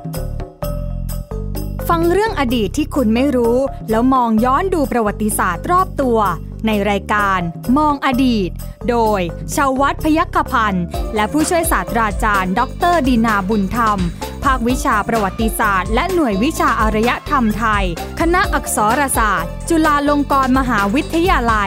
ฟังเรื่องอดีตที่คุณไม่รู้แล้วมองย้อนดูประวัติศาสตร์รอบตัวในรายการมองอดีตโดยชวัฒน์ พยัคฆพันธ์และผู้ช่วยศาสตราจารย์ดร.ดินาบุญธรรมภาควิชาประวัติศาสตร์และหน่วยวิชาอารยธรรมไทยคณะอักษรศาสตร์จุฬาลงกรณ์มหาวิทยาลัย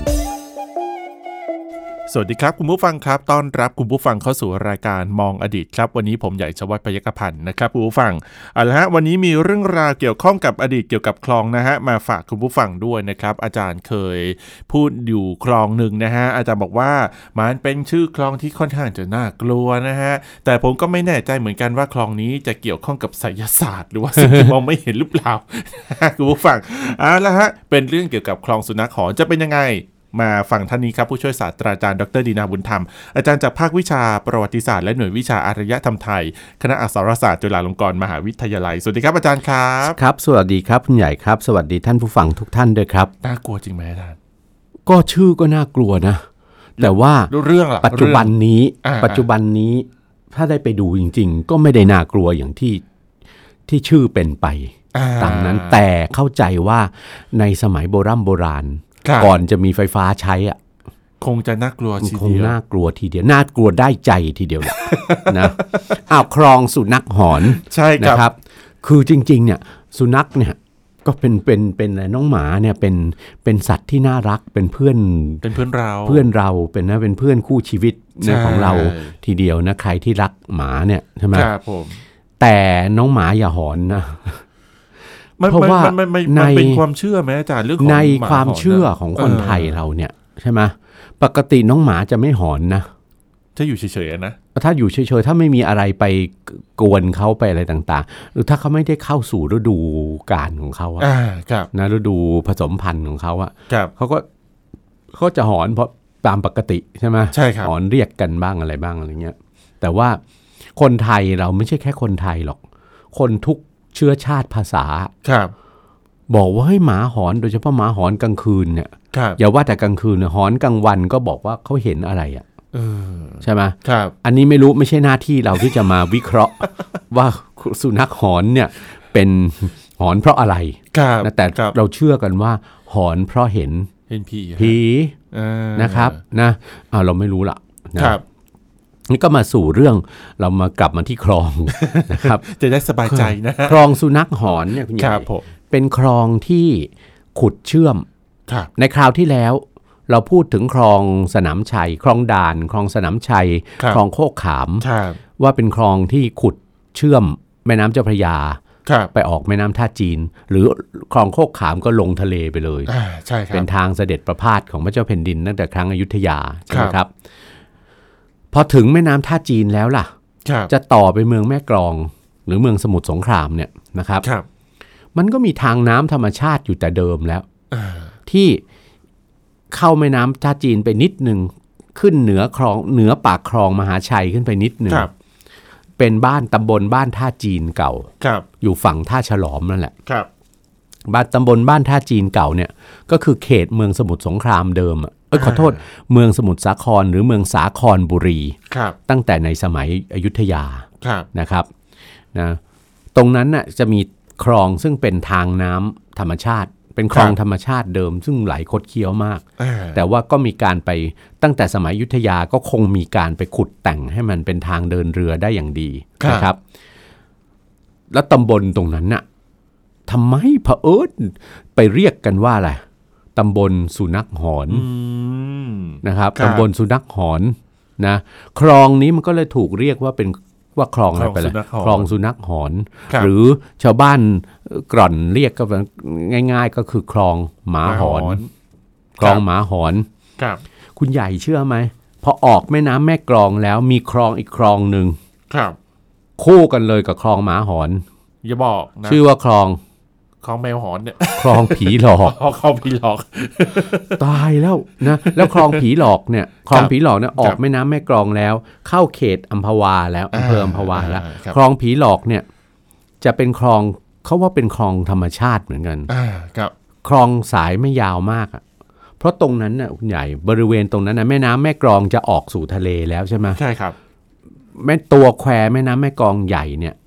สวัสดีครับคุณผู้ฟังครับต้อนรับคุณผู้ฟังเข้าสู่รายการมองอดีตครับวันนี้ผมใหญ่ชวัฒน์ พยัคฆพันธ์นะครับคุณผู้ฟังเอาละฮะวันนี้มีเรื่องราวเกี่ยวข้องกับอดีตเกี่ยวกับคลองนะฮะมาฝากคุณผู้ฟังด้วยนะครับอาจารย์เคยพูดอยู่คลองหนึ่งนะฮะอาจารย์บอกว่ามันเป็นชื่อคลองที่ค่อนข้างจะน่ากลัวนะฮะแต่ผมก็ไม่แน่ใจเหมือนกันว่าคลองนี้จะเกี่ยวข้องกับไสยศาสตร์หรือว่าสิ่งที่มองไม่เห็นหรือเปล่าคุณผู้ฟังเอาละฮะเป็นเรื่องเกี่ยวกับคลองสุนัขหอนจะเป็นยังไงมาฟังท่านนี้ครับผู้ช่วยศาสตราจารย์ดร.ดินาบุญธรรมอาจารย์จากภาควิชาประวัติศาสตร์และหน่วยวิชาอารยธรรมไทยคณะอักษรศาสตร์จุฬาลงกรณ์มหาวิทยาลัยสวัสดีครับอาจารย์ครับครับสวัสดีครับคุณใหญ่ครับสวัสดีท่านผู้ฟังทุกท่านด้วยครับน่ากลัวจริงไหมอาจารย์ก็ชื่อก็น่ากลัวนะแต่ว่าเรื่องล่ะปัจจุบันนี้ถ้าได้ไปดูจริงๆก็ไม่ได้น่ากลัวอย่างที่ชื่อเป็นไปตามนั้นแต่เข้าใจว่าในสมัยโบราณก่อนจะมีไฟฟ้าใช้อ่ะคงจะน่ากลัวทีเดียวคงน่ากลัวทีเดียวน่ากลัวได้ใจทีเดียวแหละนะคลองสุนัขหอนใช่ครับคือจริงๆเนี่ยสุนัขเนี่ยก็เป็นน้องหมาเนี่ยเป็นสัตว์ที่น่ารักเป็นเพื่อนเราเป็นเพื่อนคู่ชีวิตของเราทีเดียวนะใครที่รักหมาเนี่ยใช่ไหมครับผมแต่น้องหมาอย่าหอนนะเพราะว่ามันเป็นความเชื่อไหมอาจารย์เรื่องของในความเชื่อของคนไทยเราเนี่ยใช่ไหมปกติน้องหมาจะไม่หอนนะถ้าอยู่เฉยๆนะถ้าอยู่เฉยๆถ้าไม่มีอะไรไปกวนเขาไปอะไรต่างๆหรือถ้าเขาไม่ได้เข้าสู่ฤดูกาลของเขาอะนะฤดูผสมพันธุ์ของเขาอะเขาจะหอนเพราะตามปกติใช่ไหมใช่ครับหอนเรียกกันบ้างอะไรบ้างอะไรเงี้ยแต่ว่าคนไทยเราไม่ใช่แค่คนไทยหรอกคนทุกเชื้อชาติภาษาบอกว่าให้หมาหอนโดยเฉพาะหมาหอนกลางคืนเนี่ยอย่าว่าแต่กลางคืนหอนกลางวันก็บอกว่าเขาเห็นอะไรอ่ะใช่ไหมอันนี้ไม่รู้ไม่ใช่หน้าที่เราที่จะมาวิเคราะห์ ว่าสุนัขหอนเนี่ยเป็นหอนเพราะอะไรนะแต่เราเชื่อกันว่าหอนเพราะเห็นผีนะครับนะเราไม่รู้ล่ะนะครับนี่ก็มาสู่เรื่องเรามากลับมาที่คลองนะครับจะได้สบายใจนะคลองสุนัขหอนเนี่ยคุณใหญ่เป็นคลองที่ขุดเชื่อมในคราวที่แล้วเราพูดถึงคลองสนามชัยคลองด่านคลองสนามชัยคลองโคกขามว่าเป็นคลองที่ขุดเชื่อมแม่น้ำเจ้าพระยาไปออกแม่น้ำท่าจีนหรือคลองโคกขามก็ลงทะเลไปเลยเป็นทางเสด็จประพาสของพระเจ้าแผ่นดินตั้งแต่ครั้งอยุธยาใช่ไหมครับพอถึงแม่น้ำท่าจีนแล้วล่ะจะต่อไปเมืองแม่กลองหรือเมืองสมุทรสงครามเนี่ยนะครับมันก็มีทางน้ำธรรมชาติอยู่แต่เดิมแล้วที่เข้าแม่น้ำท่าจีนไปนิดนึงขึ้นเหนือปากคลองมหาชัยขึ้นไปนิดนึงเป็นตำบลบ้านท่าจีนเก่าอยู่ฝั่งท่าฉลอมนั่นแหละตำบลบ้านท่าจีนเก่าเนี่ยก็คือเขตเมืองสมุทรสงครามเดิมขอโทษเมืองสมุทรสาครหรือเมืองสาครบุรีตั้งแต่ในสมัยอยุธยานะครับนะตรงนั้นน่ะจะมีคลองซึ่งเป็นทางน้ำธรรมชาติเป็นคลองธรรมชาติเดิมซึ่งไหลคดเคี้ยวมากแต่ว่าก็มีการไปตั้งแต่สมัยอยุธยาก็คงมีการไปขุดแต่งให้มันเป็นทางเดินเรือได้อย่างดีนะครับแล้วตำบลตรงนั้นน่ะทำไมเผอิญไปเรียกกันว่าอะไรตำบลสุนัขหอนนะครับตำบลสุนัขหอนนะคลองนี้มันก็เลยถูกเรียกว่าเป็นคลองอะไรไปเลยคลองสุนัขหอนหรือชาวบ้านกร่อนเรียกก็ง่ายๆก็คือคลองหมาหอนคลองหมาหอนคุณใหญ่เชื่อไหมพอออกแม่น้ำแม่กลองแล้วมีคลองอีกคลองหนึ่งคู่กันเลยกับคลองหมาหอนอย่าบอกนะชื่อว่าคลองแมวหอนเนี่ยคลองผีหลอกคลองผีหลอกตายแล้วนะแล้วคลองผีหลอกเนี่ยคลองผีหลอกเนี่ยออกแม่น้ำแม่กลองแล้วเข้าเขตอัมพวาแล้วอำเภออัมพวาแล้วคลองผีหลอกเนี่ยจะเป็นคลองเขาว่าเป็นคลองธรรมชาติเหมือนกันคลองสายไม่ยาวมากเพราะตรงนั้นน่ะคุณใหญ่บริเวณตรงนั้นนะแม่น้ำแม่กลองจะออกสู่ทะเลแล้วใช่ไหมใช่ครับแม่ตัวแควแม่น้ำแม่กลองใหญ่เนี่ย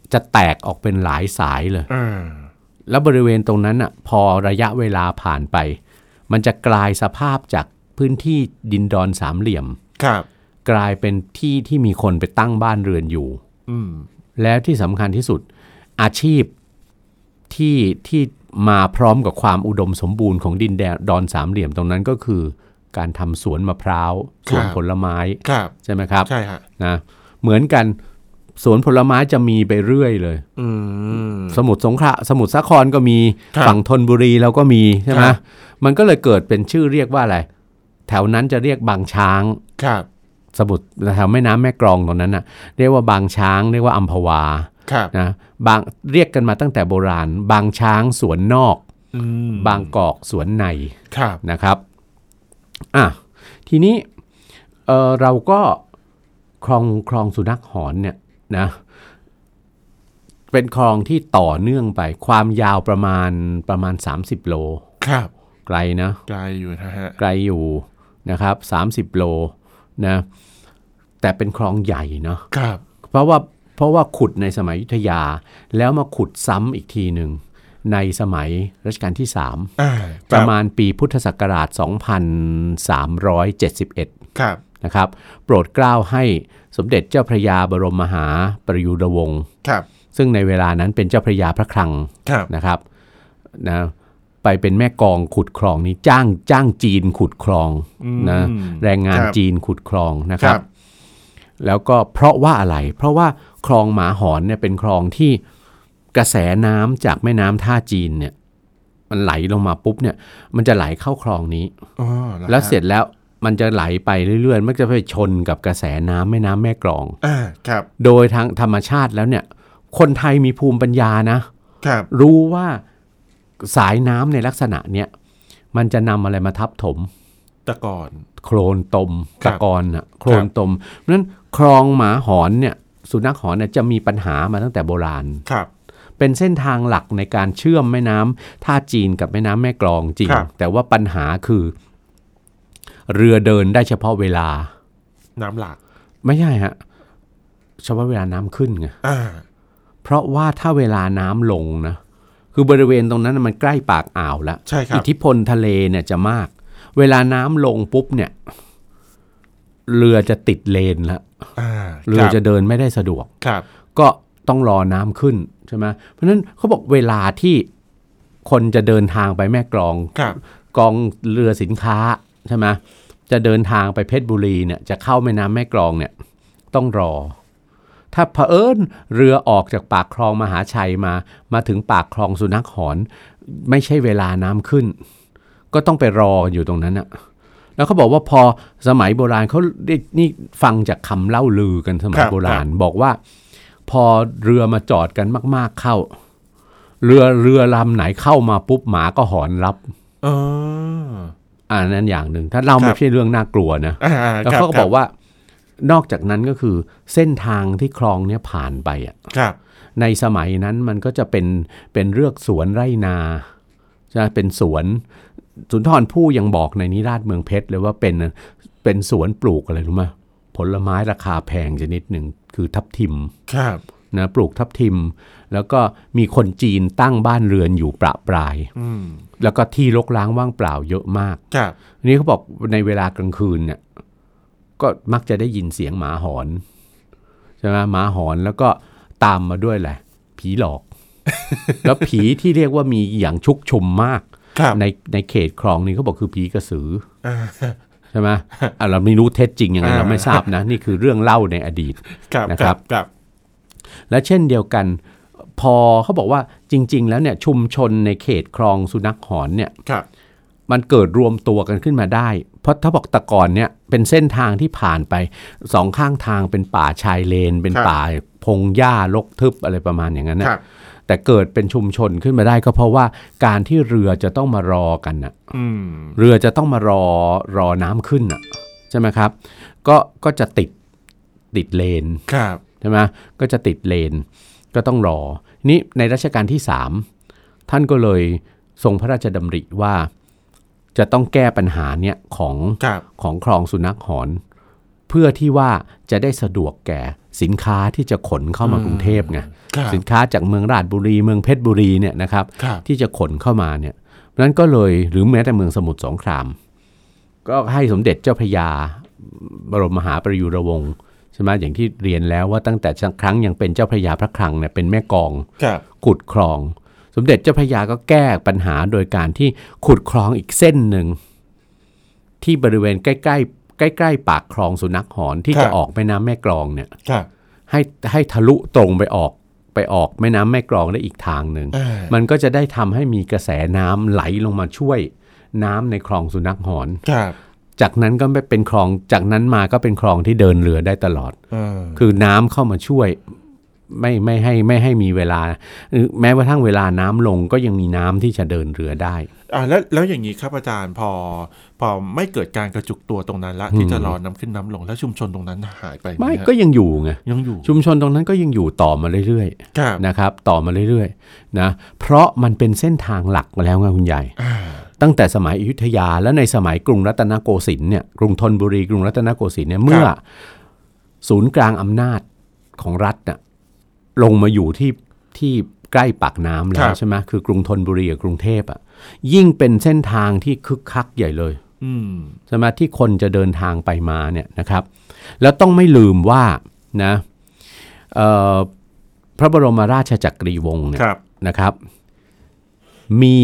จะแตกออกเป็นหลายสายเลยแล้วบริเวณตรงนั้นอ่ะพอระยะเวลาผ่านไปมันจะกลายสภาพจากพื้นที่ดินดอนสามเหลี่ยมกลายเป็นที่ที่มีคนไปตั้งบ้านเรือนอยู่แล้วที่สำคัญที่สุดอาชีพที่มาพร้อมกับความอุดมสมบูรณ์ของดินแดนสามเหลี่ยมตรงนั้นก็คือการทำสวนมะพร้าวสวนผลไม้ใช่ไหมครับใช่ฮะนะเหมือนกันสวนผลไม้จะมีไปเรื่อยเลยสมุทรสาครก็มีฝั่งธนบุรีเราก็มีใช่ไหมมันก็เลยเกิดเป็นชื่อเรียกว่าอะไรแถวนั้นจะเรียกบางช้างสมุทรแถวแม่น้ำแม่กลองตรงนั้นน่ะเรียกว่าบางช้างเรียกว่าอัมพวานะบางเรียกกันมาตั้งแต่โบราณบางช้างสวนนอกบางกอกสวนในนะครับทีนี้เราก็คลองสุนัขหอนเนี่ยนะเป็นคลองที่ต่อเนื่องไปความยาวประมาณ30 โลไกลนะไกลอยู่นะฮะไกลอยู่นะครับ30 โลนะแต่เป็นคลองใหญ่เนาะเพราะว่าขุดในสมัยอยุธยาแล้วมาขุดซ้ำอีกทีหนึ่งในสมัยรัชกาลที่3ประมาณปีพุทธศักราช2371นะครับโปรดเกล้าให้สมเด็จเจ้าพระยาบรมมหาประยุรวงศ์ซึ่งในเวลานั้นเป็นเจ้าพระยาพระคลังนะครับนะไปเป็นแม่กองขุดคลองนี้จ้างจีนขุดคลองนะแรงงานจีนขุดคลองนะครับแล้วก็เพราะว่าอะไรเพราะว่าคลองหมาหอนเนี่ยเป็นคลองที่กระแสน้ำจากแม่น้ำท่าจีนเนี่ยมันไหลลงมาปุ๊บเนี่ยมันจะไหลเข้าคลองนี้แล้วเสร็จแล้วมันจะไหลไปเรื่อยๆมันจะไปชนกับกระแสน้ำแม่น้ำแม่กลองโดยทางธรรมชาติแล้วเนี่ยคนไทยมีภูมิปัญญานะรู้ว่าสายน้ำในลักษณะเนี้ยมันจะนำอะไรมาทับถมตะกอนโคลนตมตะกอนน่ะโคลนตมเพราะฉะนั้นคลองหมาหอนเนี่ยสุนัขหอนเนี่ยจะมีปัญหามาตั้งแต่โบราณเป็นเส้นทางหลักในการเชื่อมแม่น้ำท่าจีนกับแม่น้ำแม่กลองจริงแต่ว่าปัญหาคือเรือเดินได้เฉพาะเวลาน้ำหลากไม่ใช่ฮะเฉพาะเวลาน้ำขึ้นไงเพราะว่าถ้าเวลาน้ำลงนะคือบริเวณตรงนั้นมันใกล้ปากอ่าวแล้วอิทธิพลทะเลเนี่ยจะมากเวลาน้ำลงปุ๊บเนี่ยเรือจะติดเลนแล้วเรือจะเดินไม่ได้สะดวกก็ต้องรอน้ำขึ้นใช่ไหมเพราะฉะนั้นเขาบอกเวลาที่คนจะเดินทางไปแม่กลองกองเรือสินค้าใช่ไหมจะเดินทางไปเพชรบุรีเนี่ยจะเข้าแม่น้ำแม่กลองเนี่ยต้องรอถ้าเผอิญเรือออกจากปากคลองมหาชัยมาถึงปากคลองสุนัขหอนไม่ใช่เวลาน้ำขึ้นก็ต้องไปรออยู่ตรงนั้นน่ะแล้วเขาบอกว่าพอสมัยโบราณเขานี่ฟังจากคำเล่าลือกันสมัยโบราณบอกว่าพอเรือมาจอดกันมากๆเข้าเรือลำไหนเข้ามาปุ๊บหมาก็หอนรับนั้นอย่างหนึ่งถ้าเราไม่ใช่เรื่องน่ากลัวนะแล้วเขาก็บอกว่านอกจากนั้นก็คือเส้นทางที่คลองนี้ผ่านไปในสมัยนั้นมันก็จะเป็นเรือกสวนไร่นาจะเป็นสวนสุนทรภู่ยังบอกในนิราศเมืองเพชรเลยว่าเป็นสวนปลูกอะไรรู้ไหมผลไม้ราคาแพงชนิดหนึ่งคือทับทิมนะปลูกทับทิมแล้วก็มีคนจีนตั้งบ้านเรือนอยู่ประปรายแล้วก็ที่รกร้างว่างเปล่าเยอะมากนี่เขาบอกในเวลากลางคืนเนี่ยก็มักจะได้ยินเสียงหมาหอนใช่ไหมหมาหอนแล้วก็ตามมาด้วยแหละผีหลอก แล้วผีที่เรียกว่ามีอย่างชุกชุมมากในเขตคลองนี้เขาบอกคือผีกระสือใช่ไหมเราไม่รู้เท็จจริงยังไงเราไม่ทราบนะนี่คือเรื่องเล่าในอดีตนะครับและเช่นเดียวกันพอเขาบอกว่าจริงๆแล้วเนี่ยชุมชนในเขตคลองสุนัขหอนเนี่ยมันเกิดรวมตัวกันขึ้นมาได้เพราะถ้าบอกแต่ก่อนเนี่ยเป็นเส้นทางที่ผ่านไปสองข้างทางเป็นป่าชายเลนเป็นป่าพงหญ้ารกทึบอะไรประมาณอย่างนั้นนะแต่เกิดเป็นชุมชนขึ้นมาได้ก็เพราะว่าการที่เรือจะต้องมารอกันน่ะเรือจะต้องมารอน้ำขึ้นน่ะใช่ไหมครับก็จะติดเลนใช่ไหมก็จะติดเลนก็ต้องรอนี่ในรัชกาลที่3ท่านก็เลยทรงพระราชดำริว่าจะต้องแก้ปัญหาเนี่ยของคลองสุนัขหอนเพื่อที่ว่าจะได้สะดวกแก่สินค้าที่จะขนเข้ามากรุงเทพไงสินค้าจากเมืองราชบุรีเมืองเพชรบุรีเนี่ยนะครับที่จะขนเข้ามาเนี่ยนั้นก็เลยหรือแม้แต่เมืองสมุทรสงครามก็ให้สมเด็จเจ้าพระยาบรมมหาประยุรวงศ์ใช่ไหมอย่างที่เรียนแล้วว่าตั้งแต่ครั้งยังเป็นเจ้าพระยาพระคลังเนี่ยเป็นแม่กองขุดคลองสมเด็จเจ้าพระยาก็แก้ปัญหาโดยการที่ขุดคลองอีกเส้นหนึ่งที่บริเวณใกล้ปากคลองสุนัขหอนที่จะออกแม่น้ำแม่กลองเนี่ยให้ทะลุตรงไปออกแม่น้ำแม่กลองได้อีกทางหนึ่งมันก็จะได้ทำให้มีกระแสน้ำไหลลงมาช่วยน้ำในคลองสุนัขหอนจากนั้นก็เป็นคลองจากนั้นมาก็เป็นคลองที่เดินเรือได้ตลอดคือน้ำเข้ามาช่วยไม่ให้มีเวลาแม้ว่าทั้งเวลาน้ำลงก็ยังมีน้ำที่จะเดินเรือได้แล้วอย่างนี้ครับอาจารย์พอไม่เกิดการกระจุกตัวตรงนั้นละที่จะรอน้ำขึ้นน้ำลงแล้วชุมชนตรงนั้นหายไปไม่ก็ยังอยู่ไงยังอยู่ชุมชนตรงนั้นก็ยังอยู่ต่อมาเรื่อยๆนะครับต่อมาเรื่อยๆนะเพราะมันเป็นเส้นทางหลักมาแล้วไงคุณใหญ่ตั้งแต่สมัยอยุธยาและในสมัยกรุงรัตนโกสินทร์เนี่ยกรุงธนบุรีกรุงรัตนโกสินทร์เนี่ยเมื่อศูนย์กลางอำนาจของรัฐน่ะลงมาอยู่ที่ใกล้ปากน้ำแล้วใช่ไหมคือกรุงธนบุรีกับกรุงเทพอ่ะยิ่งเป็นเส้นทางที่คึกคักใหญ่เลยใช่ไหมที่คนจะเดินทางไปมาเนี่ยนะครับแล้วต้องไม่ลืมว่านะพระบรมราชจักรีวงศ์เนี่ยนะครับมี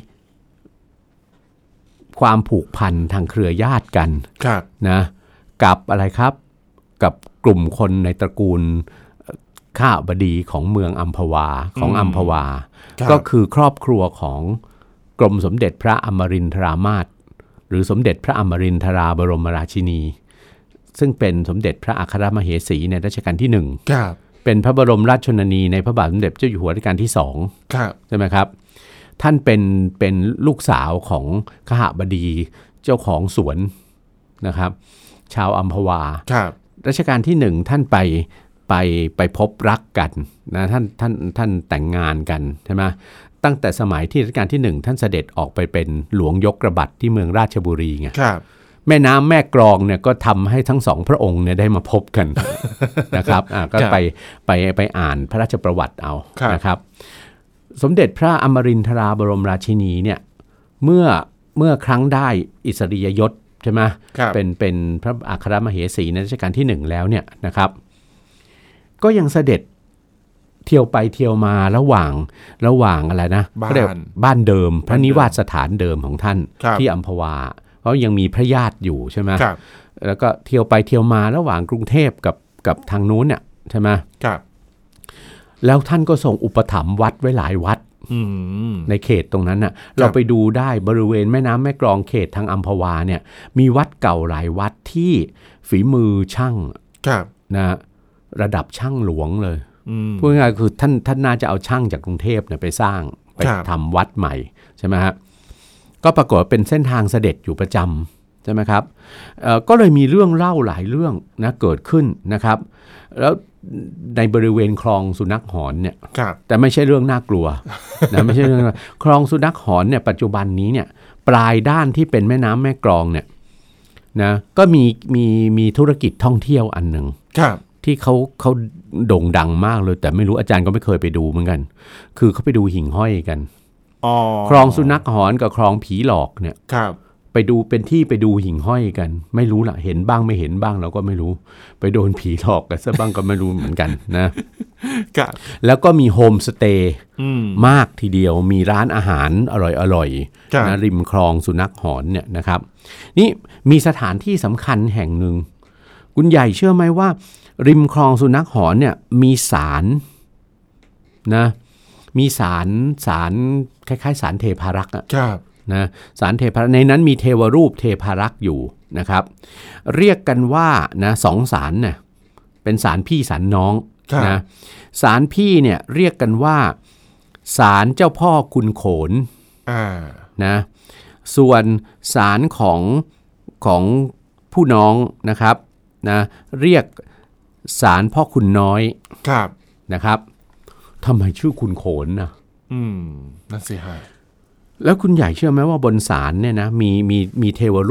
ความผูกพันทางเครือญาติกันนะกับอะไรครับกับกลุ่มคนในตระกูลข้าบดีของเมืองอัมพวาของอัมพวาก็คือครอบครัวของกรมสมเด็จพระอมรินทรามาสหรือสมเด็จพระอมรินทราบรมราชินีซึ่งเป็นสมเด็จพระอัครมเหสีในรัชกาลที่1เป็นพระบรมราชชนนีในพระบาทสมเด็จเจ้าอยู่หัวรัชกาลที่2ใช่ไหมครับท่านเป็นลูกสาวของขหบดีเจ้าของสวนนะครับชาวอัมพวารัชกาลที่1ท่านไปพบรักกันนะท่านแต่งงานกันใช่ไหมตั้งแต่สมัยที่รัชกาลที่1ท่านเสด็จออกไปเป็นหลวงยกระบัดที่เมืองราชบุรีไงแม่น้ำแม่กลองเนี่ยก็ทำให้ทั้งสองพระองค์เนี่ยได้มาพบกัน นะครับก็ไปอ่านพระราชประวัติเอานะครับสมเด็จพระอมรินทราบรมราชินีเนี่ยเมื่อครั้งได้อิสริยยศใช่ไหมเป็นพระอัครมเหสีในรัชกาลที่1แล้วเนี่ยนะครับก็ยังเสด็จเที่ยวไปเที่ยวมาระหว่างอะไรนะบ้านเดิมพระนิวาสสถานเดิมของท่านที่อัมพวาเพราะยังมีพระญาติอยู่ใช่ไหมแล้วก็เที่ยวไปเที่ยวมาระหว่างกรุงเทพกับทางนู้นเนี่ยใช่ไหมแล้วท่านก็ส่งอุปถัมภ์วัดไว้หลายวัดในเขตตรงนั้นน่ะเราไปดูได้บริเวณแม่น้ำแม่กลองเขตทางอัมพวาเนี่ยมีวัดเก่าหลายวัดที่ฝีมือช่างนะระดับช่างหลวงเลยพูดง่ายๆคือท่านน่าจะเอาช่างจากกรุงเทพเนี่ยไปสร้างไปทำวัดใหม่ใช่ไหมฮะก็ปรากฏเป็นเส้นทางเสด็จอยู่ประจำใช่ไหมครับก็เลยมีเรื่องเล่าหลายเรื่องนะเกิดขึ้นนะครับแล้วในบริเวณคลองสุนัขหอนเนี่ยแต่ไม่ใช่เรื่องน่ากลัวนะไม่ใช่เรื่องคลองสุนัขหอนเนี่ยปัจจุบันนี้เนี่ยปลายด้านที่เป็นแม่น้ำแม่กลองเนี่ยนะก็มีธุรกิจท่องเที่ยวอันหนึ่งที่เขาโด่งดังมากเลยแต่ไม่รู้อาจารย์ก็ไม่เคยไปดูเหมือนกันคือเขาไปดูหิ่งห้อยกันคลองสุนัขหอนกับคลองผีหลอกเนี่ยไปดูเป็นที่ไปดูหิ่งห้อยกันไม่รู้ล่ะเห็นบ้างไม่เห็นบ้างเราก็ไม่รู้ไปโดนผีหลอกกันซะบ้างก็ไม่รู้เหมือนกันนะแล้วก็มีโฮมสเตย์มากทีเดียวมีร้านอาหารอร่อยๆนะริมคลองสุนัขหอนเนี่ยนะครับนี่มีสถานที่สำคัญแห่งหนึ่งคุณใหญ่เชื่อไหมว่าริมคลองสุนัขหอนเนี่ยมีศาลนะมีศาลคล้ายๆศาลเทพารักษ์นะศาลเทพารักษ์ในนั้นมีเทวรูปเทพารักษ์อยู่นะครับเรียกกันว่านะสองศาลเนี่ยเป็นศาลพี่ศาลน้องนะศาลพี่เนี่ยเรียกกันว่าศาลเจ้าพ่อคุณโขนนะส่วนศาลของผู้น้องนะครับนะเรียกศาลพ่อคุณน้อยนะครับทำไมชื่อคุณโขนนะนั่นสิฮะแล้วคุณใหญ่เชื่อไหมว่าบนศาลเนี่ยนะมีเทวรูป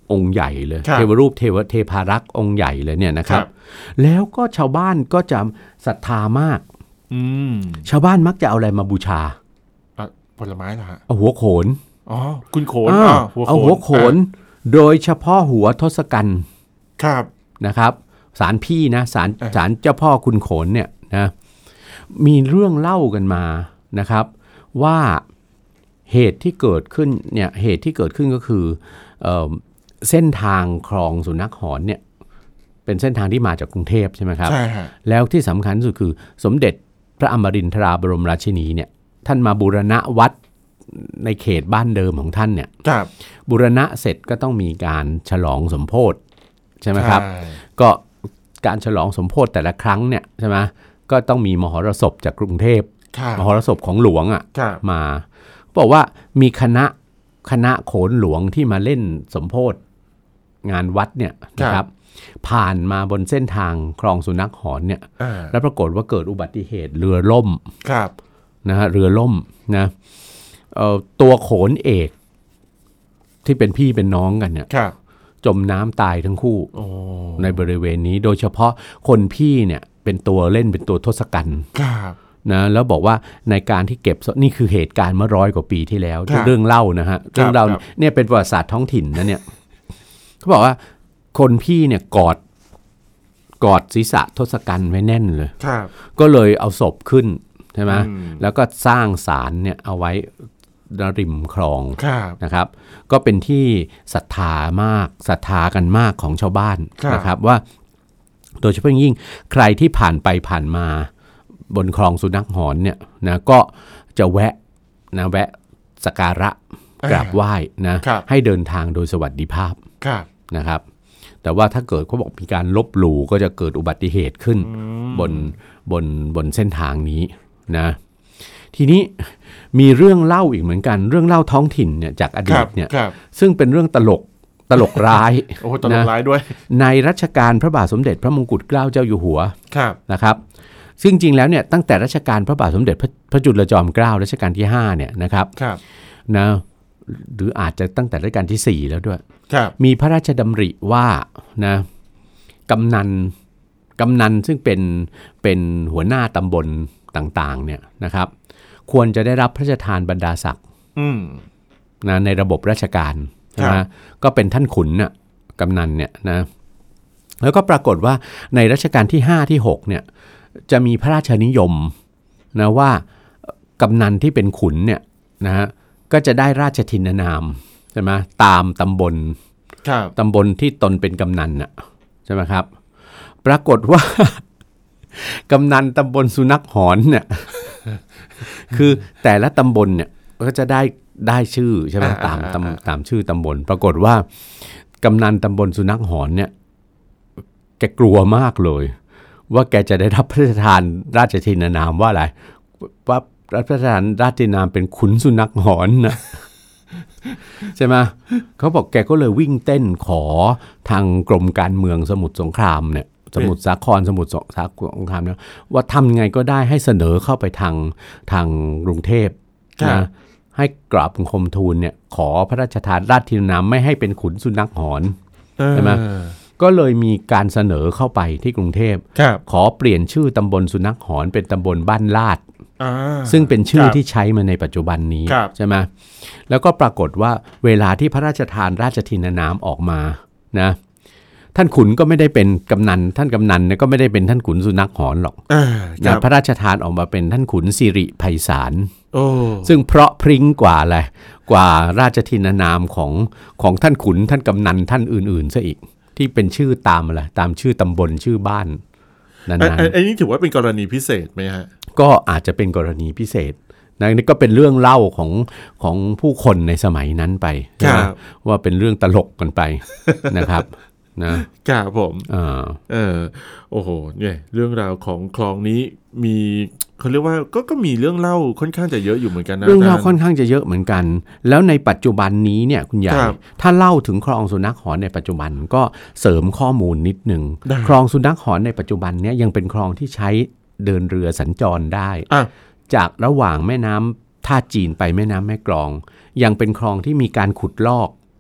องค์ใหญ่เลยเทวรูปเทพารักษ์องค์ใหญ่เลยเนี่ยนะครับแล้วก็ชาวบ้านก็จะศรัทธามากชาวบ้านมักจะเอาอะไรมาบูชาผลไม้เหรอฮะเอาหัวโขนคุณโขนเอาหัวโขนโดยเฉพาะหัวทศกัณฐ์ครับนะครับศาลพี่นะศาลเจ้าพ่อคุณโขนเนี่ยนะมีเรื่องเล่ากันมานะครับว่าเหตุที่เกิดขึ้นเนี่ยเหตุที่เกิดขึ้นก็คือเส้นทางคลองสุนัขหอนเนี่ยเป็นเส้นทางที่มาจากกรุงเทพใช่ไหมครับใช่ฮะแล้วที่สำคัญที่สุดคือสมเด็จพระอมรินทราบรมราชินีเนี่ยท่านมาบูรณะวัดในเขตบ้านเดิมของท่านเนี่ยบูรณะเสร็จก็ต้องมีการฉลองสมโภชใช่ไหมครับก็การฉลองสมโภชแต่ละครั้งเนี่ยใช่ไหมก็ต้องมีมหรสพจากกรุงเทพมหรสพของหลวงมาบอกว่ามีคณะโขนหลวงที่มาเล่นสมโภชงานวัดเนี่ยนะครับผ่านมาบนเส้นทางคลองสุนัขหอนเนี่ยแล้วปรากฏว่าเกิดอุบัติเหตุเรือล่มนะฮะเรือล่มนะตัวโขนเอกที่เป็นพี่เป็นน้องกันเนี่ยจมน้ำตายทั้งคู่ในบริเวณนี้โดยเฉพาะคนพี่เนี่ยเป็นตัวเล่นเป็นตัวทศกัณฐ์นะแล้วบอกว่าในการที่เก็บนี่คือเหตุการณ์เมื่อ100 กว่าปีที่แล้วเรื่องเล่านะฮะเรื่องเล่าเนี่ยเป็นประวัติศาสตร์ท้องถิ่นนะเนี่ยเขาบอกว่าคนพี่เนี่ยกอดศีรษะทศกัณฐ์ไว้แน่นเลยก็เลยเอาศพขึ้นใช่ไหมแล้วก็สร้างศาลเนี่ยเอาไว้ริมคลองนะครับก็เป็นที่ศรัทธากันมากของชาวบ้านนะครับว่าโดยเฉพาะยิ่งใครที่ผ่านไปผ่านมาบนคลองสุนัขหอนเนี่ยนะก็จะแวะสักการะกราบไหว้นะให้เดินทางโดยสวัสดิภาพนะครับแต่ว่าถ้าเกิดเขาบอกมีการลบหลู่ก็จะเกิดอุบัติเหตุขึ้นบนเส้นทางนี้นะทีนี้มีเรื่องเล่าอีกเหมือนกันเรื่องเล่าท้องถิ่นเนี่ยจากอดีตเนี่ยซึ่งเป็นเรื่องตลกร้ายตลกร้ายด้วยในรัชกาลพระบาทสมเด็จพระมงกุฎเกล้าเจ้าอยู่หัวนะครับซึ่งจริงแล้วเนี่ยตั้งแต่รัชกาลพระบาทสมเด็จพระจุลจอมเกล้ารัชกาลที่5เนี่ยนะครับนะหรืออาจจะตั้งแต่รัชกาลที่4แล้วด้วยมีพระราชดำริว่านะกำนันซึ่งเป็นหัวหน้าตำบลต่างๆเนี่ยนะครับควรจะได้รับพระราชทานบรรดาศักดิ์นะในระบบราชการนะก็เป็นท่านขุนน่ะกำนันเนี่ยนะแล้วก็ปรากฏว่าในรัชกาลที่5ที่6เนี่ยจะมีพระราชนิยมนะว่ากำนันที่เป็นขุนเนี่ยนะฮะก็จะได้ราชทินนามใช่ไหมตามตำบลที่ตนเป็นกำนันน่ะใช่ไหมครับปรากฏว่ากำนันตำบลสุนัขหอนเนี่ยคือแต่ละตำบลเนี่ยก็จะได้ชื่อใช่ไหมตามชื่อตำบลปรากฏว่ากำนันตำบลสุนัขหอนเนี่ยแกกลัวมากเลยว่าแกจะได้รับพระราชทานราชทินนามว่าอะไรว่ารับพระราชทานราชทินนามเป็นขุนสุนัขหอนนะใช่ไหมเขาบอกแกก็เลยวิ่งเต้นขอทางกรมการเมืองสมุทรสงครามเนี่ยสมุทรสาครสงครามเนี่ยว่าทำไงก็ได้ให้เสนอเข้าไปทางกรุงเทพนะให้กราบบังคมทูลเนี่ยขอพระราชทานราชทินนามไม่ให้เป็นขุนสุนัขหอนใช่ไหมก็เลยมีการเสนอเข้าไปที่กรุงเทพขอเปลี่ยนชื่อตำบลสุนัขหอนเป็นตำบลบ้านลาดซึ่งเป็นชื่อที่ใช้มาในปัจจุบันนี้ใช่ไหมแล้วก็ปรากฏว่าเวลาที่พระราชทานราชทินนามออกมานะท่านขุนก็ไม่ได้เป็นกำนันท่านกำนันเนี่ยก็ไม่ได้เป็นท่านขุนสุนัขหอนหรอกนะพระราชทานออกมาเป็นท่านขุนสิริไพศาลซึ่งเพราะพริ้งกว่าอะไรกว่าราชทินนามของท่านขุนท่านกำนันท่านอื่นๆซะอีกที่เป็นชื่อตามอะไรตามชื่อตำบลชื่อบ้านนั้นอันนี้ถือว่าเป็นกรณีพิเศษไหมฮะก็อาจจะเป็นกรณีพิเศษนะนี่ก็เป็นเรื่องเล่าของผู้คนในสมัยนั้นไปนะว่าเป็นเรื่องตลกกันไปนะครับนะครับผมโอ้โหเนี่ยเรื่องราวของคลองนี้มีเขาเรียกว่าก็มีเรื่องเล่าค่อนข้างจะเยอะอยู่เหมือนกันนะเรื่องเล่าค่อนข้างจะเยอะเหมือนกันแล้วในปัจจุบันนี้เนี่ยคุณใหญ่ถ้าเล่าถึงคลองสุนัขหอนในปัจจุบันก็เสริมข้อมูลนิดนึงคลองสุนัขหอนในปัจจุบันเนี่ยยังเป็นคลองที่ใช้เดินเรือสัญจรได้จากระหว่างแม่น้ำท่าจีนไปแม่น้ำแม่กลองยังเป็นคลองที่มีการขุดลอก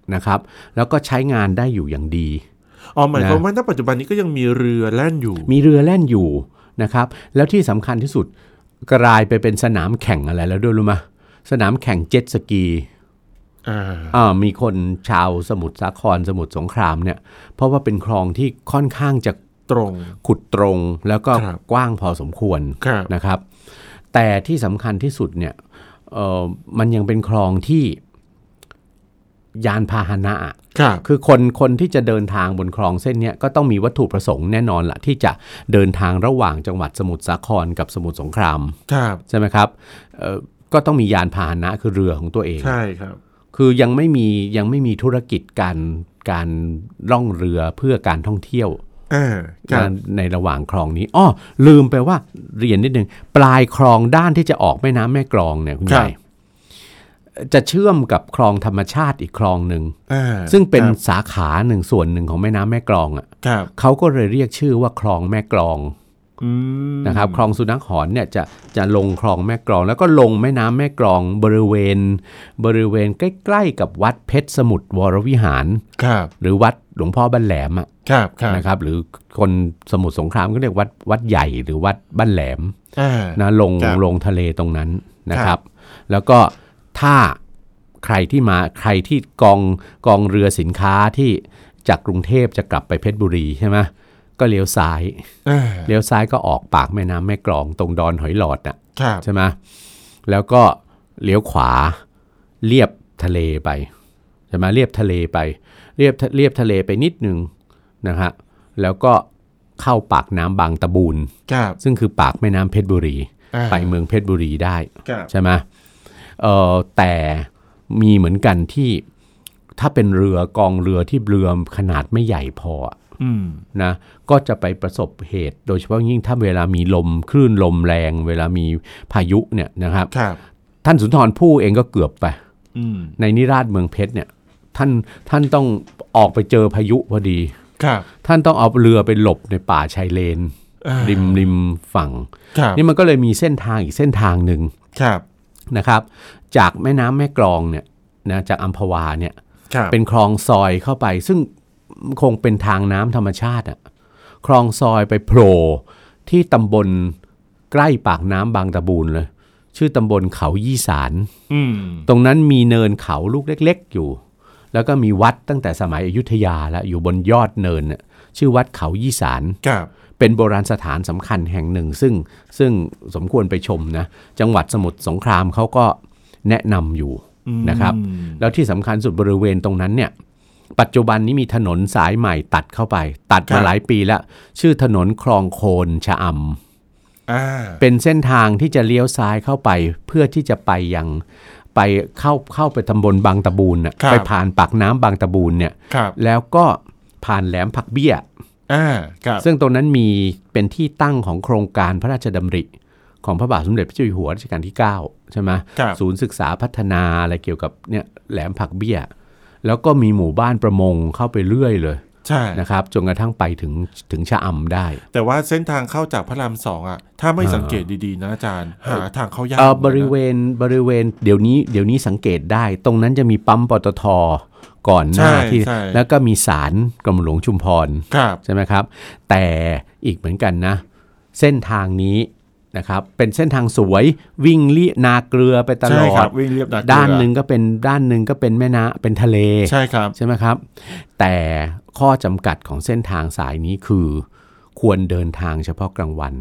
นะครับแล้วก็ใช้งานได้อยู่อย่างดีหมายความว่าณปัจจุบันนี้ก็ยังมีเรือแล่นอยู่นะครับแล้วที่สำคัญที่สุดกลายไปเป็นสนามแข่งอะไรแล้วด้วยรู้ไหมสนามแข่งเจ็ตสกีมีคนชาวสมุทรสาครสมุทรสงครามเนี่ยเพราะว่าเป็นคลองที่ค่อนข้างจะตรงขุดตรงแล้วก็กว้างพอสมควรนะครับแต่ที่สำคัญที่สุดเนี่ยมันยังเป็นคลองที่ยานพาหนะคือคนที่จะเดินทางบนคลองเส้นนี้ก็ต้องมีวัตถุประสงค์แน่นอนละที่จะเดินทางระหว่างจังหวัดสมุทรสาครกับสมุทรสงครามใช่ไหมครับก็ต้องมียานพาหนะคือเรือของตัวเองใช่ครับคือยังไม่มีธุรกิจการล่องเรือเพื่อการท่องเที่ยวในระหว่างคลองนี้ลืมไปว่าเรียนนิดนึงปลายคลองด้านที่จะออกแม่น้ำแม่กลองเนี่ยคุณใหญ่จะเชื่อมกับคลองธรรมชาติอีกคลองหนึ่งซึ่งเป็นสาขาหนึ่งส่วนหนึ่งของแม่น้ำแม่กลองเขาก็เลยเรียกชื่อว่าคลองแม่กลองนะครับคลองสุนัขหอนเนี่ยจะลงคลองแม่กลองแล้วก็ลงแม่น้ำแม่กลองบริเวณใกล้ๆกับวัดเพชรสมุทรวรวิหารหรือวัดหลวงพ่อบ้านแหลมนะครับหรือคนสมุทรสงครามก็เรียกวัดใหญ่หรือวัดบ้านแหลมนะลงทะเลตรงนั้นนะครับแล้วก็ถ้าใครที่กองเรือสินค้าที่จากกรุงเทพจะกลับไปเพชรบุรีใช่ไหมก็เลี้ยวซ้ายก็ออกปากแม่น้ำแม่กลองตรงดอนหอยหลอดน่ะใช่ไหมแล้วก็เลี้ยวขวาเลียบทะเลไปใช่ไหมเลียบทะเลไปนิดนึงนะฮะแล้วก็เข้าปากน้ำบางตะบูนซึ่งคือปากแม่น้ำเพชรบุรีไปเมืองเพชรบุรีได้ใช่ไหมแต่มีเหมือนกันที่ถ้าเป็นกองเรือที่เรือขนาดไม่ใหญ่พอนะก็จะไปประสบเหตุโดยเฉพาะยิ่งถ้าเวลามีคลื่นลมแรงเวลามีพายุเนี่ยนะครับท่านสุนทรภู่เองก็เกือบไปในนิราศเมืองเพชรเนี่ยท่านต้องออกไปเจอพายุพอดีท่านต้องเอาเรือไปหลบในป่าชายเลนริมฝั่งนี่มันก็เลยมีเส้นทางอีกเส้นทางหนึ่งนะครับจากแม่น้ำแม่กลองเนี่ยนะจากอัมพวาเนี่ยเป็นคลองซอยเข้าไปซึ่งคงเป็นทางน้ำธรรมชาติคลองซอยไปโผล่ที่ตำบลใกล้ปากน้ำบางตะบูนเลยชื่อตำบลเขายี่สารตรงนั้นมีเนินเขาลูกเล็กๆอยู่แล้วก็มีวัดตั้งแต่สมัยอยุธยาแล้วอยู่บนยอดเนินชื่อวัดเขายี่สารเป็นโบราณสถานสำคัญแห่งหนึ่งซึ่งสมควรไปชมนะจังหวัดสมุทรสงครามเขาก็แนะนำอยู่นะครับแล้วที่สำคัญสุดบริเวณตรงนั้นเนี่ยปัจจุบันนี้มีถนนสายใหม่ตัดเข้าไปตัดมาหลายปีแล้วชื่อถนนคลองโคนชะอำเป็นเส้นทางที่จะเลี้ยวซ้ายเข้าไปเพื่อที่จะไปยังไปเข้าไปตำบลบางตะบูนไปผ่านปากน้ำบางตะบูนเนี่ยแล้วก็ผ่านแหลมผักเบี้ยซึ่งตรงนั้นมีเป็นที่ตั้งของโครงการพระราชดำริของพระบาทสมเด็จพระเจ้าอยู่หัวรัชกาลที่9ใช่ไหมศูนย์ศึกษาพัฒนาอะไรเกี่ยวกับเนี่ยแหลมผักเบี้ยแล้วก็มีหมู่บ้านประมงเข้าไปเรื่อยเลยนะครับจนกระทั่งไปถึงชะอำได้แต่ว่าเส้นทางเข้าจากพระราม2ถ้าไม่สังเกตดีๆนะอาจารย์หาทางเข้ายากบริเวณเดี๋ยวนี้สังเกตได้ตรงนั้นจะมีปั๊มปตท.ก่อนหน้าที่แล้วก็มีศาลกรมหลวงชุมพรใช่ไหมครับแต่อีกเหมือนกันนะเส้นทางนี้นะครับเป็นเส้นทางสวยวิ่งเลียนาเกลือไปตลอดด้านหนึ่งก็เป็นแม่น้ำเป็นทะเลใช่ไหมครับแต่ข้อจำกัดของเส้นทางสายนี้คือควรเดินทางเฉพาะกลางวัน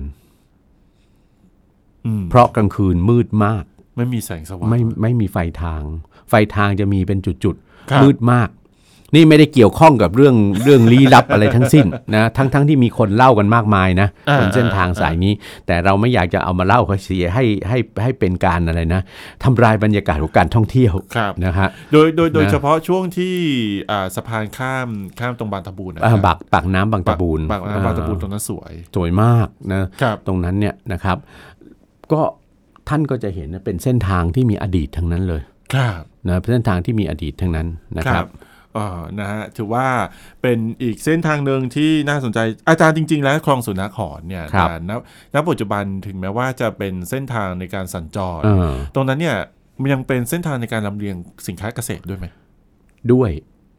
เพราะกลางคืนมืดมากไม่มีแสงสว่างไม่มีไฟทางจะมีเป็นจุดๆมืดมากนี่ไม่ได้เกี่ยวข้องกับเรื่องลี้ลับอะไรทั้งสิ้นนะทั้งที่มีคนเล่ากันมากมายนะบนเส้นทางสายนี้แต่เราไม่อยากจะเอามาเล่าเสียให้เป็นการอะไรนะทำลายบรรยากาศของการท่องเที่ยวนะฮะโดยเฉพาะช่วงที่สะพานข้ามตรงบางตะบูนปากน้ำบางตะบูนปากน้ำบางตะบูนตรงนั้นสวยมากนะตรงนั้นเนี่ยนะครับก็ท่านก็จะเห็นเป็นเส้นทางที่มีอดีตทั้งนั้นเลยนะเส้นทางที่มีอดีตทั้งนั้นนะครับนะฮะถือว่าเป็นอีกเส้นทางหนึ่งที่น่าสนใจอาจารย์จริงๆแล้วคลองสุนัขหอนเนี่ยณปัจจุบันถึงแม้ว่าจะเป็นเส้นทางในการสัญจรตรงนั้นเนี่ยมันยังเป็นเส้นทางในการลำเลียงสินค้าเกษตรด้วยไหมด้วย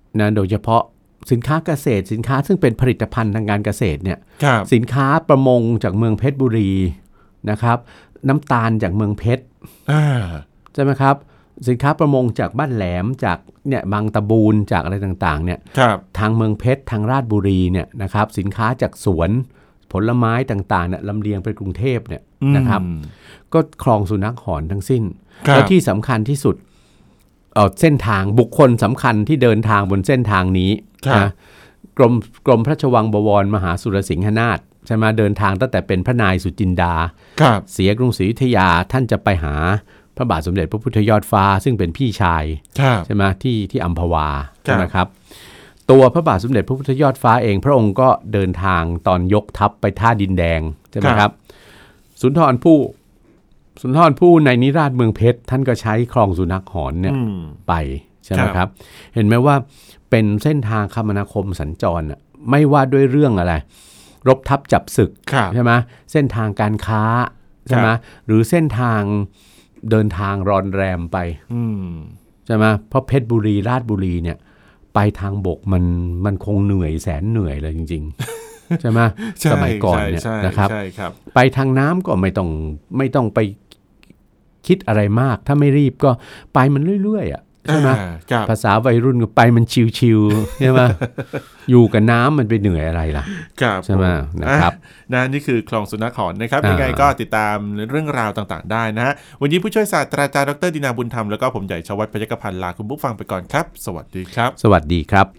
นะโดยเฉพาะสินค้าเกษตรสินค้าซึ่งเป็นผลิตภัณฑ์ทางการเกษตรเนี่ยสินค้าประมงจากเมืองเพชรบุรีนะครับน้ำตาลจากเมืองเพชรใช่ไหมครับสินค้าประมงจากบ้านแหลมจากเนี่ยบางตะบูนจากอะไรต่างๆเนี่ยทางเมืองเพชรทางราชบุรีเนี่ยนะครับสินค้าจากสวนผลไม้ต่างๆเนี่ยลำเลียงไปกรุงเทพเนี่ยนะครับก็คลองสุนัขหอนทั้งสิ้นและที่สำคัญที่สุดเส้นทางบุคคลสำคัญที่เดินทางบนเส้นทางนี้นะกรมพระราชวังบวรมหาสุรสิงหนาถใช่ไหมเดินทางตั้งแต่เป็นพระนายสุจินดาเสียกรุงศรีอยุธยาท่านจะไปหาพระบาทสมเด็จพระพุทธยอดฟ้าซึ่งเป็นพี่ชายใช่ไหมที่อัมพวาใช่ไหมครับตัวพระบาทสมเด็จพระพุทธยอดฟ้าเองพระองค์ก็เดินทางตอนยกทัพไปท่าดินแดงใช่ไหมครับสุนทรภู่ในนิราศเมืองเพชรท่านก็ใช้คลองสุนัขหอนเนี่ยไปใช่ไหมครับเห็นไหมว่าเป็นเส้นทางคมนาคมสัญจรไม่ว่าด้วยเรื่องอะไรรบทัพจับศึกใช่ไหมเส้นทางการค้าใช่ไหมหรือเส้นทางเดินทางรอนแรมไปใช่ไหมเพราะเพชรบุรีราชบุรีเนี่ยไปทางบกมันคงเหนื่อยแสนเหนื่อยเลยจริงๆใช่ไหมสมัยก่อนเนี่ยนะครับไปทางน้ำก็ไม่ต้องไปคิดอะไรมากถ้าไม่รีบก็ไปมันเรื่อยๆใช่ไหมภาษาวัยรุ่นก็ไปมันชิวๆใช่ไหมอยู่กับน้ำมันไปเหนื่อยอะไรล่ะใช่ไหมนะครับนี่คือคลองสุนัขหอนนะครับยังไงก็ติดตามเรื่องราวต่างๆได้นะฮะวันนี้ผู้ช่วยศาสตราจารย์ดร.ดินาบุญธรรมแล้วก็ผมใหญ่ชวัฒน์พยัคฆพันธ์ลาคุณผู้ฟังไปก่อนครับสวัสดีครับสวัสดีครับ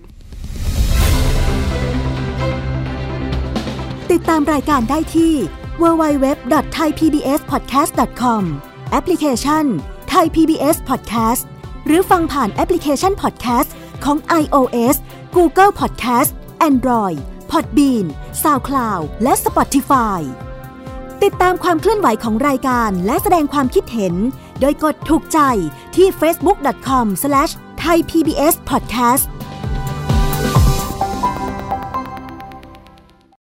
ติดตามรายการได้ที่ www.thaipbspodcast.com แอปพลิเคชัน Thai PBS Podcast หรือฟังผ่านแอปพลิเคชัน Podcast ของ iOS Google Podcast Android Podbean SoundCloud และ Spotify ติดตามความเคลื่อนไหวของรายการและแสดงความคิดเห็นโดยกดถูกใจที่ facebook.com/thaipbspodcast